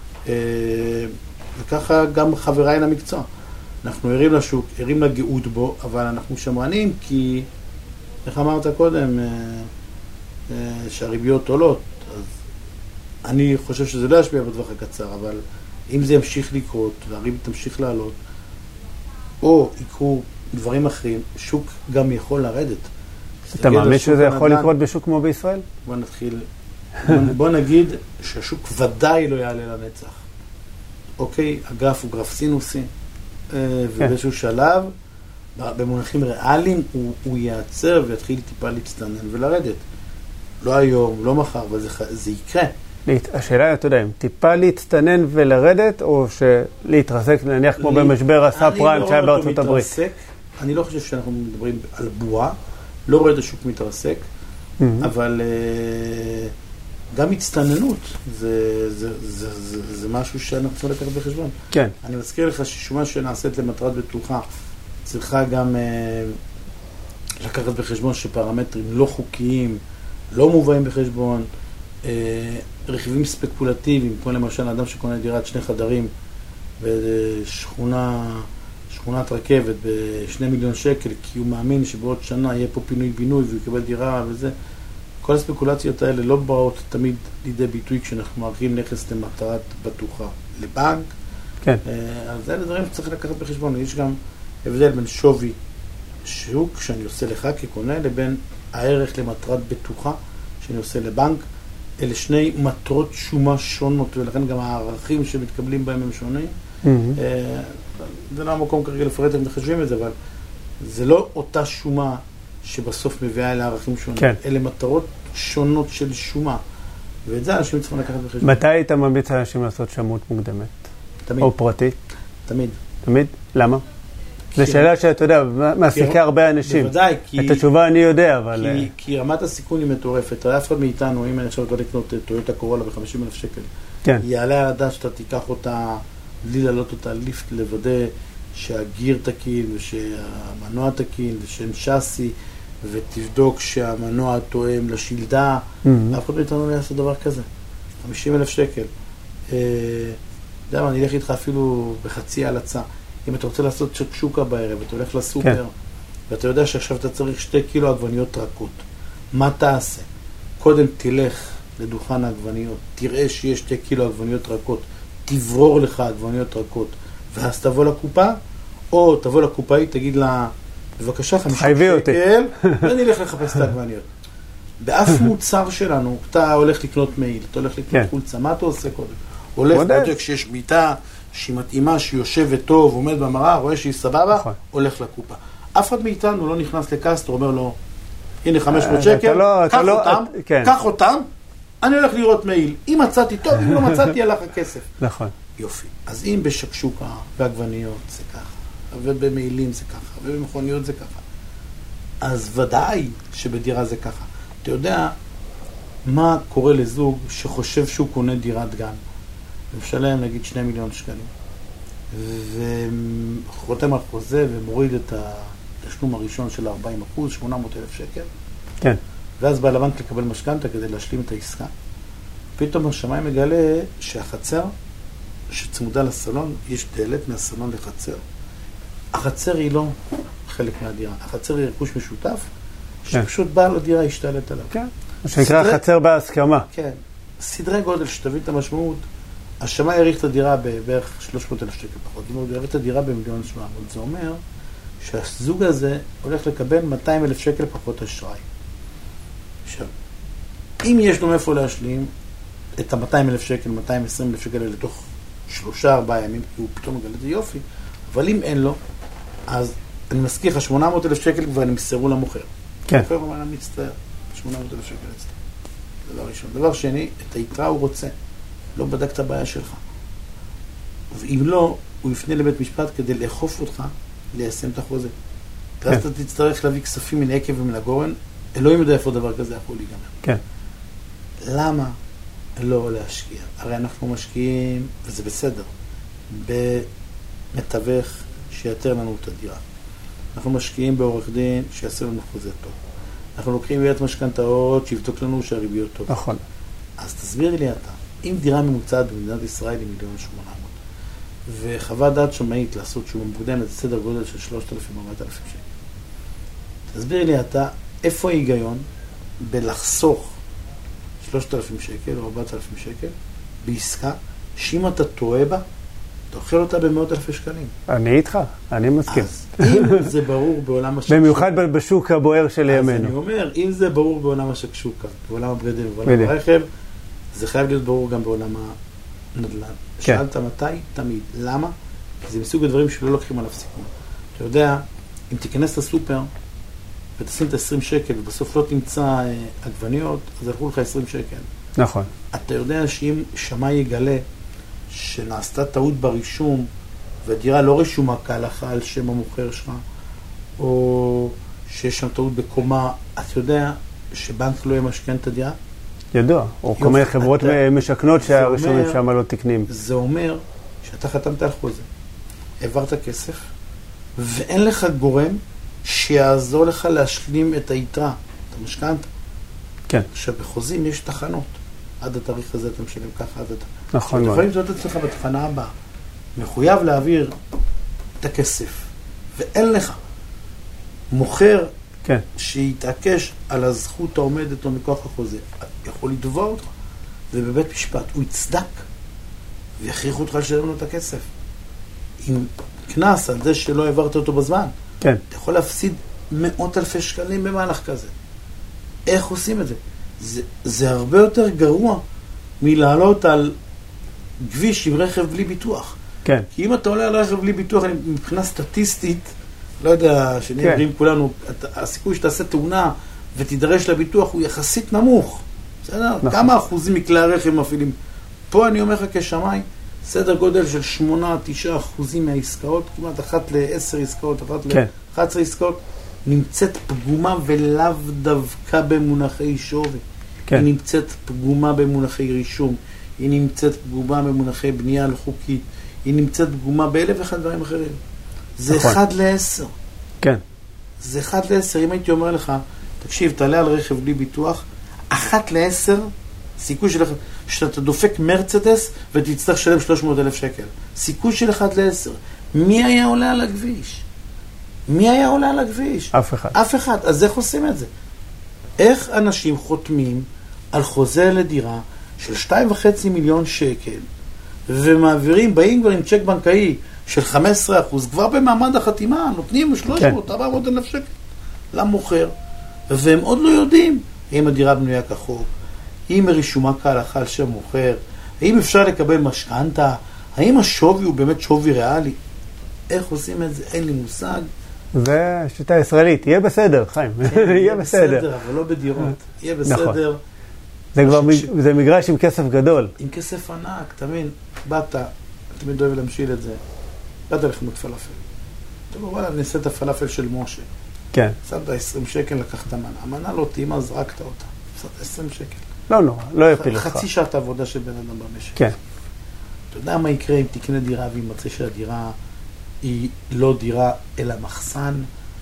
וככה גם חבריי למקצוע. אנחנו ערים לשוק, ערים לגאות בו, אבל אנחנו שמרנים כי, איך אמרת קודם, שהריביות עולות. אז אני חושב שזה לא ישפיע בטווח הקצר, אבל אם זה ימשיך לקרות והריבית תמשיך לעלות, או יקרו דברים אחרים, שוק גם יכול לרדת. אתה מאמין שזה יכול לקרות בשוק כמו בישראל? בוא נתחיל. בוא נגיד שהשוק ודאי לא יעלה לנצח. אוקיי, הגרף הוא גרף סינוסי, ובאיזשהו שלב, במונחים ריאליים, הוא ייעצר ויתחיל טיפה להצטנן ולרדת. לא היום, לא מחר, אבל זה יקרה. השאלה, אתה יודע, אם טיפה להצטנן ולרדת, או להתרסק, נניח כמו במשבר הסאב פריים שהיה בארצות הברית. אני לא חושב שאנחנו מדברים על בועה, לא רואה את השוק מתרסק, אבל גם הצטננות זה משהו שאנחנו צריכים לקחת בחשבון. כן. אני מזכיר לך ששומה שנעשית למטרת בטוחה, צריכה גם לקחת בחשבון שפרמטרים לא חוקיים, לא מובאים בחשבון, רכיבים ספקולטיביים, כמו למשל אדם שקונה דירת 2 חדרים בשכונת רכבת ב2 מיליון שקל, כי הוא מאמין שבעוד שנה יהיה פה פינוי-בינוי והוא יקבל דירה וזה. כל הספקולציות האלה לא באות תמיד לידי ביטוי כשאנחנו מעריכים נכס למטרת בטוחה לבנק. כן. אז אלה דברים שצריך לקחת בחשבון. יש גם הבדל בין שווי שוק שאני עושה לך כקונה לבין הערך למטרת בטוחה שאני עושה לבנק. אלה שני מטרות שומה שונות, ולכן גם הערכים שמתקבלים בהם הם שונים. זה לא המקום כרגע לפרט אם מחשבים את זה, אבל זה לא אותה שומה שבסוף מביאה אל הערכים שונים. כן. אלה מטרות שונות של שומה. ואת זה אנשים צריכים לקחת בחשבון. מתי היית ממליץ לאנשים לעשות שמאות מוקדמת? תמיד. או פרטית? תמיד. תמיד? למה? זו שאלה שאתה יודע, מעסיקה הרבה אנשים. בוודאי, את התשובה אני יודע, אבל... כי רמת הסיכון היא מטורפת. אף אחד מאיתנו, אם אני עכשיו רוצה לקנות טויוטה קורולה ב50,000 שקל, כן. יעלה על הדעת שאתה תיקח אותה, בלי לעלות אותה ליפט, לוודא שהגיר תקין, ושהמנוע תקין, ושם שסי, ותבדוק שהמנוע תואם לשלדה. אף אחד מאיתנו לא יעשה דבר כזה. 50,000 שקל. יודע מה, אני אלך איתך אפילו בחצי הלצה. אם אתה רוצה לעשות שקשוקה בערב, אתה הולך לסופר, ואתה יודע שעכשיו אתה צריך 2 קילו עגבניות רכות. מה תעשה? קודם תלך לדוכן העגבניות, תראה שיש 2 קילו עגבניות רכות, תברור לך עגבניות רכות, ואז תבוא לקופה, או תבוא לקופאי, תגיד לה, בבקשה 50 שקל, ואני אלך לחפש את העגבניות. באף מוצר שלנו, אתה הולך לקנות מעיל, אתה הולך לקנות חולצה, מה אתה עושה קודם? הולך בודק כשיש מיטה שהיא מתאימה, שהיא יושבת טוב, עומד במראה, רואה שהיא סבבה, הולך לקופה. אף אחד מאיתנו לא נכנס לקסטר, אומר לו, הנה 500 שקל, קח אותם, אני הולך לראות מעיל. אם מצאתי טוב, אם לא מצאתי, הלך הכסף. נכון. יופי. אז אם בשקשוקה, בעגבניות זה ככה, ובמעילים זה ככה, ובמכוניות זה ככה, אז ודאי שבדירה זה ככה. אתה יודע מה קורה לזוג שחושב שהוא קונה דירת גן, ומשלם נגיד 2 מיליון שקלים, וחותם על חוזה ומוריד את התשלום הראשון של 40%, 800,000 שקל. כן. ואז בא לבנק לקבל משכנתה כדי להשלים את העסקה. פתאום השמיים מגלה שהחצר שצמודה לסלון, יש דלת מהסלון לחצר. החצר היא לא חלק מהדירה. החצר היא רכוש משותף, שפשוט בעל הדירה השתלט עליו. כן. מה שנקרא חצר בהסכמה. כן. סדרי גודל שתבין את המשמעות. השמאי העריך את הדירה בערך 300,000 שקל פחות. אם הוא העריך את הדירה ב1,700,000, זה אומר שהזוג הזה הולך לקבל 200,000 שקל פחות אשראי. עכשיו, אם יש לו מאיפה להשלים את ה-200,000 שקל, 220,000 שקל לתוך 3-4 ימים, כי הוא פתאום מגלה את זה יופי, אבל אם אין לו, אז אני מזכיר לך 800,000 שקל כבר נמסרו למוכר. כן. המוכר אומר, אני מצטער, 800,000 שקל אצלי. דבר ראשון. דבר שני, את היתרה הוא רוצה. לא בדק את הבעיה שלך. ואם לא, הוא יפנה לבית משפט כדי לאכוף אותך, ליישם את החוזה. ואז אתה תצטרך להביא כספים מן העקב ומן הגורן, אלוהים יודע איפה דבר כזה יכול להיגמר. כן. למה לא להשקיע? הרי אנחנו משקיעים, וזה בסדר, במתווך שיתר לנו את הדירה. אנחנו משקיעים בעורך דין שיעשה לנו חוזה טוב. אנחנו לוקחים ביאת משכנתאות שיבדוק לנו שהריביות טוב. נכון. אז תסביר לי אתה, אם דירה ממוצעת במדינת ישראל היא 1,800,000, וחוות דעת שמאית לעשות שהוא מוקדם את סדר גודל של 3,000-4,000 שקל. תסביר לי אתה, איפה ההיגיון בלחסוך 3,000 שקל או 4,000 שקל בעסקה, שאם אתה טועה בה, אתה אוכל אותה ב100,000 שקלים. אני איתך, אני מסכים. אז אם זה ברור בעולם השקשוקה... במיוחד בשוק הבוער של ימינו. אז אני אומר, אם זה ברור בעולם השקשוקה, בעולם הבגדים ובעולם הרכב, זה חייב להיות ברור גם בעולם הנדל"ן. שאלת מתי? תמיד. למה? כי זה מסוג הדברים שלא לוקחים עליו סיכון. אתה יודע, אם תיכנס לסופר ותשים את 20 שקל ובסוף לא תמצא עגבניות, אז הלכו לך 20 שקל. נכון. אתה יודע שאם שמאי יגלה שנעשתה טעות ברישום והדירה לא רשומה כהלכה על שם המוכר שלך, או שיש שם טעות בקומה, אתה יודע שבנק לא ימשכן את הדירה? ידוע, או כל מיני חברות משכנות שהרשומים שם לא תקנים. זה אומר שאתה חתמת על חוזה, העברת כסף, ואין לך גורם שיעזור לך להשלים את היתרה, אתה משכנת. כן. עכשיו, בחוזים יש תחנות. עד התאריך הזה אתה משלם ככה, עד התאריך. נכון. אתה יכולים לזאת אצלך בתחנה הבאה. מחויב להעביר את הכסף, ואין לך מוכר כן. שיתעקש על הזכות העומדת או מכוח החוזה. יכול לתבוע אותך, ובבית משפט הוא יצדק, ויכריחו אותך לשלם לו את הכסף. עם כנס על זה שלא העברת אותו בזמן, כן. אתה יכול להפסיד 100,000 שקלים במהלך כזה. איך עושים את זה? זה הרבה יותר גרוע מלעלות על כביש עם רכב בלי ביטוח. כן. כי אם אתה עולה על רכב בלי ביטוח, מבחינה סטטיסטית, לא יודע, שנאמרים כולנו, הסיכוי שתעשה תאונה ותידרש לביטוח הוא יחסית נמוך. בסדר? נכון. כמה אחוזים מכלי הרכב מפעילים? פה אני אומר לך כשמאי, סדר גודל של 8-9% מהעסקאות, כמעט 1 ל-10 עסקאות, 1 ל-11 עסקאות, נמצאת פגומה ולאו דווקא במונחי שווי. כן. היא נמצאת פגומה במונחי רישום, היא נמצאת פגומה במונחי בנייה לא חוקית, היא נמצאת פגומה באלף ואחד דברים אחרים. זה נכון. 1 ל-10. כן. זה 1 ל-10. אם הייתי אומר לך, תקשיב, תעלה על רכב בלי ביטוח, 1 ל-10, סיכוי שלך, שאתה דופק מרצדס ותצטרך לשלם 300,000 שקל. סיכוי של 1 ל-10. מי היה עולה על הכביש? מי היה עולה על הכביש? אף אחד. אף אחד. אז איך עושים את זה? איך אנשים חותמים על חוזה לדירה של 2.5 מיליון שקל, ומעבירים, באים כבר עם צ'ק בנקאי של 15%, כבר במעמד החתימה, נותנים 300,000-400,000 שקל למוכר, והם עוד לא יודעים האם הדירה בנויה כחוק, האם רשומה כהלכה על שם מוכר, האם אפשר לקבל משכנתה, האם השווי הוא באמת שווי ריאלי. איך עושים את זה? אין לי מושג. זה שיטה ישראלית, יהיה בסדר, חיים, יהיה בסדר. אבל לא בדירות, יהיה בסדר. זה מגרש עם כסף גדול. עם כסף ענק, תמיד, באת, תמיד אוהב להמשיל את זה, באת לחנות פלאפל. אתה אומר, וואלה, נעשה את הפלאפל של משה. כן. שמת 20 שקל, לקחת מנה. המנה לא תימה, זרקת אותה. שמת 20 שקל. לא נורא, לא יפיל אותך. חצי שעת עבודה של בן אדם במשק. כן. אתה יודע מה יקרה אם תקנה דירה וימצא שהדירה היא לא דירה, אלא מחסן,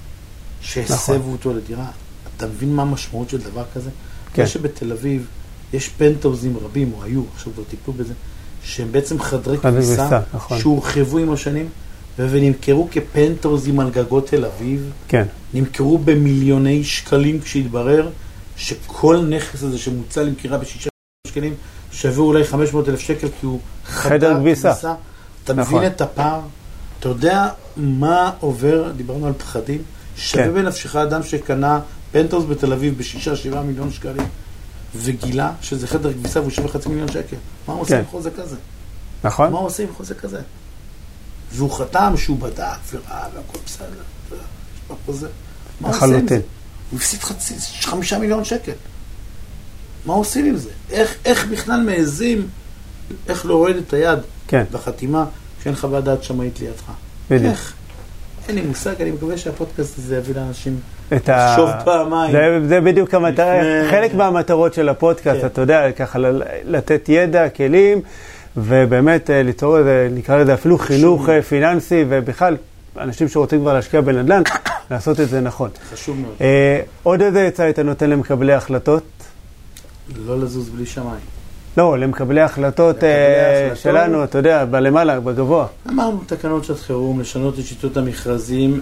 שהסבו אותו לדירה. אתה מבין מה המשמעות של דבר כזה? כן. יש שבתל אביב יש פנטהאוזים רבים, או היו, עכשיו כבר טיפלו בזה, שהם בעצם חדרי כביסה, נכון. שהורחבו עם השנים, ונמכרו כפנטהאוזים על גגות תל אביב. כן. נמכרו במיליוני שקלים, כשהתברר שכל נכס הזה שמוצא למכירה ב6 שקלים, שווה אולי 500,000 שקל, כי הוא חדר כביסה. אתה מבין את הפער? אתה יודע מה עובר, דיברנו על פחדים, שווה בנפשך אדם שקנה פנטהאוז בתל אביב ב6-7 מיליון שקלים, וגילה שזה חדר כביסה והוא שווה 500,000 שקל. מה הוא עושה עם חוזה כזה? נכון. מה הוא עושה עם חוזה כזה? והוא חתם שהוא בדק וראה והכל בסדר. יש בחוזה. מה הוא עושה עם זה? הוא הפסיד 5 מיליון שקל. מה עושים עם זה? איך בכלל מעזים, איך לא רואה את היד בחתימה כשאין חוות דעת שמאית לידך? איך? אין לי מושג, אני מקווה שהפודקאסט הזה יביא לאנשים לחשוב פעמיים. זה בדיוק חלק מהמטרות של הפודקאסט, אתה יודע, ככה לתת ידע, כלים, ובאמת ליצור איזה, נקרא לזה אפילו חינוך פיננסי, ובכלל, אנשים שרוצים כבר להשקיע בנדל"ן, לעשות את זה נכון. חשוב מאוד. עוד איזה עצה היית נותן למקבלי החלטות? לא לזוז בלי שמיים. לא, למקבלי החלטות שלנו, אתה יודע, בלמעלה, בגבוה. אמרנו תקנות שעת חירום, לשנות את שיטות המכרזים,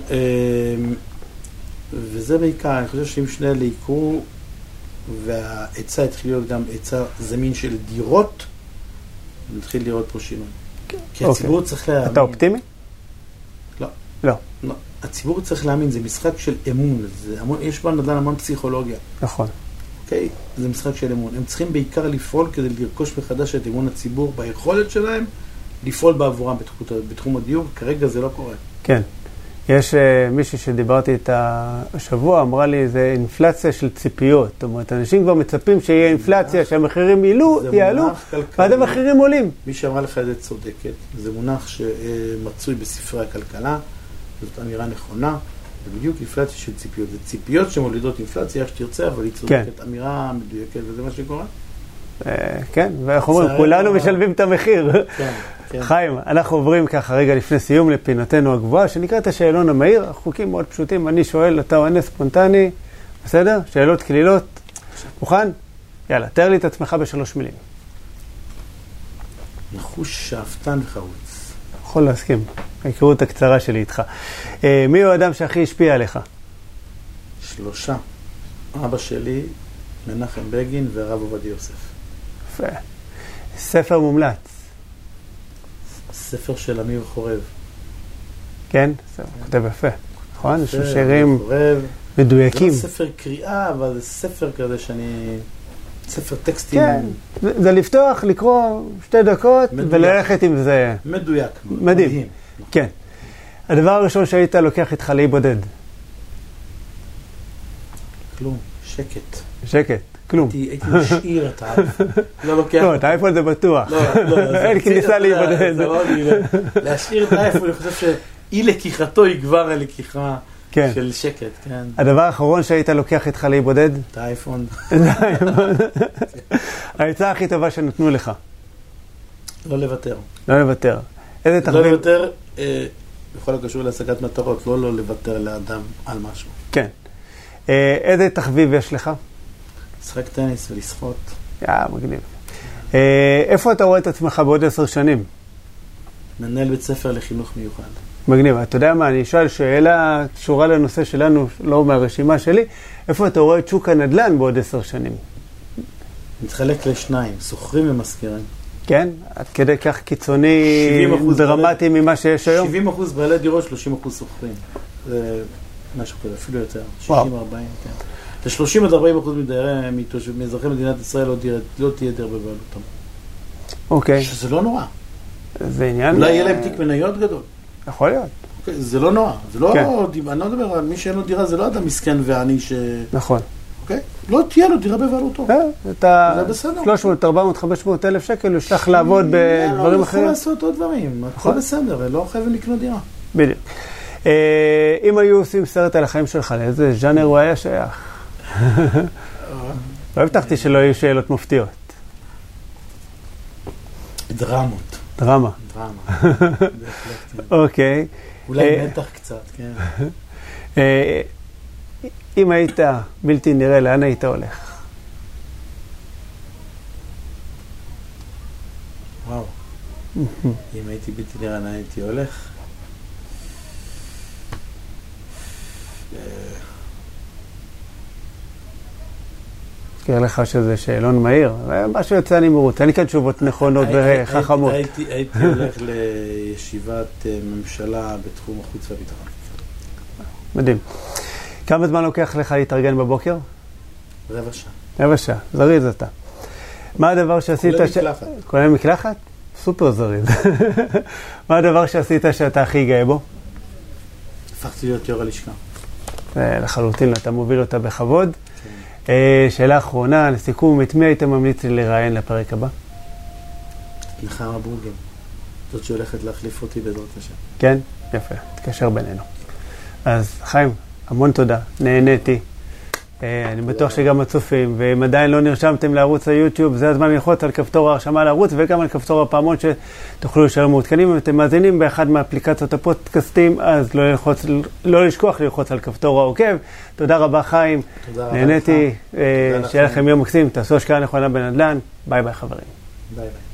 וזה בעיקר, אני חושב שאם שני אלה יקרו, והעצה התחיל להיות גם עצה זמין של דירות, נתחיל לראות פה שינוי. כי הציבור צריך להאמין. אתה אופטימי? לא. לא. לא. הציבור צריך להאמין, זה משחק של אמון, יש בנדל"ן המון פסיכולוגיה. נכון. אוקיי? זה משחק של אמון. הם צריכים בעיקר לפעול כדי לרכוש מחדש את אמון הציבור ביכולת שלהם, לפעול בעבורם בתחום הדיור. כרגע זה לא קורה. כן. יש מישהי שדיברתי איתה השבוע, אמרה לי, זה אינפלציה של ציפיות. זאת אומרת, אנשים כבר מצפים שיהיה אינפלציה, שהמחירים יעלו, ועד המחירים עולים. מי שאמרה לך את זה צודקת, זה מונח שמצוי בספרי הכלכלה, זאת אמירה נכונה, זה בדיוק אינפלציה של ציפיות. זה ציפיות שמולידות אינפלציה, איך שתרצה, אבל היא צודקת. אמירה מדויקת, וזה מה שקורה? כן, ואנחנו אומרים, כולנו משלבים את המחיר. כן. חיים, אנחנו עוברים ככה רגע לפני סיום לפינתנו הגבוהה, שנקרא את השאלון המהיר, חוקים מאוד פשוטים, אני שואל, אתה עונה ספונטני, בסדר? שאלות כלילות, מוכן? יאללה, תאר לי את עצמך ב3 מילים. נחוש, שאפתן וחרוץ. יכול להסכים, ההיכרות הקצרה שלי איתך. מי הוא האדם שהכי השפיע עליך? 3. אבא שלי, מנחם בגין והרב עובדיה יוסף. יפה. ספר מומלץ. ספר של אמיר חורב. כן? כותב יפה. נכון? יש שירים מדויקים. זה לא ספר קריאה, אבל זה ספר כזה שאני... ספר טקסטים. כן. זה לפתוח, לקרוא 2 דקות וללכת עם זה. מדויק. מדהים. כן. הדבר הראשון שהיית לוקח איתך להיבודד. כלום. שקט. שקט. כלום. הייתי משאיר את האייפון. לא לוקח. לא, את האייפון זה בטוח. לא. אין כניסה להיבודד. להשאיר את האייפון, אני חושב שאי לקיחתו היא כבר הלקיחה של שקט, כן. הדבר האחרון שהיית לוקח איתך להיבודד? את האייפון. העצה הכי טובה שנתנו לך? לא לוותר. לא לוותר. איזה תחביב? לא לוותר, יכול לקשור להשגת מטרות, לא לוותר לאדם על משהו. כן. איזה תחביב יש לך? לשחק טניס ולשחות. מגניב. איפה אתה רואה את עצמך בעוד 10 שנים? מנהל בית ספר לחינוך מיוחד. מגניב. אתה יודע מה, אני שואל שאלה קשורה לנושא שלנו, לא מהרשימה שלי, איפה אתה רואה את שוק הנדל"ן בעוד 10 שנים? מתחלק לשניים, שוכרים ומשכירים. כן? עד כדי כך קיצוני, דרמטי ממה שיש היום? 70% בעלי דירות, 30% שוכרים. זה משהו כזה, אפילו יותר. 60-40, כן. ל-30-40% מאזרחי מדינת ישראל לא תהיה דירה בבעלותם. אוקיי. שזה לא נורא. זה עניין... אולי יהיה להם תיק מניות גדול. יכול להיות. זה לא נורא. זה לא... אני לא מדבר על מי שאין לו דירה, זה לא אדם מסכן ועני ש... נכון. אוקיי? לא תהיה לו דירה בבעלותו. זה בסדר. 300, 400, 500 אלף שקל, הוא ישלח לעבוד בדברים אחרים. יכול לעשות עוד דברים. הכל בסדר, ולא חייבים לקנות דירה. בדיוק. אם היו עושים סרט על החיים שלך, לאיזה ז'אנר הוא היה שייך? לא הבטחתי שלא יהיו שאלות מופתיות. דרמות. דרמה. דרמה. אוקיי. אולי מתח קצת, כן. אם היית בלתי נראה, לאן היית הולך? וואו. אם הייתי בלתי נראה, לאן הייתי הולך? תזכיר לך שזה שאלון מהיר, משהו יוצא אני מרוץ, אין לי כאן תשובות נכונות וחכמות. הייתי הולך לישיבת ממשלה בתחום החוץ והביטחון. מדהים. כמה זמן לוקח לך להתארגן בבוקר? 15 שעה. 15 שעה, זריז אתה. מה הדבר שעשית... כולל מקלחת. כולל מקלחת? סופר זריז. מה הדבר שעשית שאתה הכי גאה בו? הפכתי להיות יו"ר הלשכה. לחלוטין, אתה מוביל אותה בכבוד. שאלה אחרונה, לסיכום, את מי היית ממליץ לי לראיין לפרק הבא? נחמה בורגן. זאת שהולכת להחליף אותי בעזרת השם. כן? יפה, תקשר בינינו. אז חיים, המון תודה, נהניתי. אני בטוח שגם הצופים, ואם עדיין לא נרשמתם לערוץ היוטיוב, זה הזמן ללחוץ על כפתור ההרשמה לערוץ, וגם על כפתור הפעמון שתוכלו להישאר מעודכנים. אם אתם מאזינים באחד מאפליקציות הפודקאסטים, אז לא לשכוח ללחוץ על כפתור העוקב. תודה רבה חיים, נהניתי, שיהיה לכם יום מקסים, תעשו השקעה נכונה בנדל"ן, ביי ביי חברים. ביי ביי.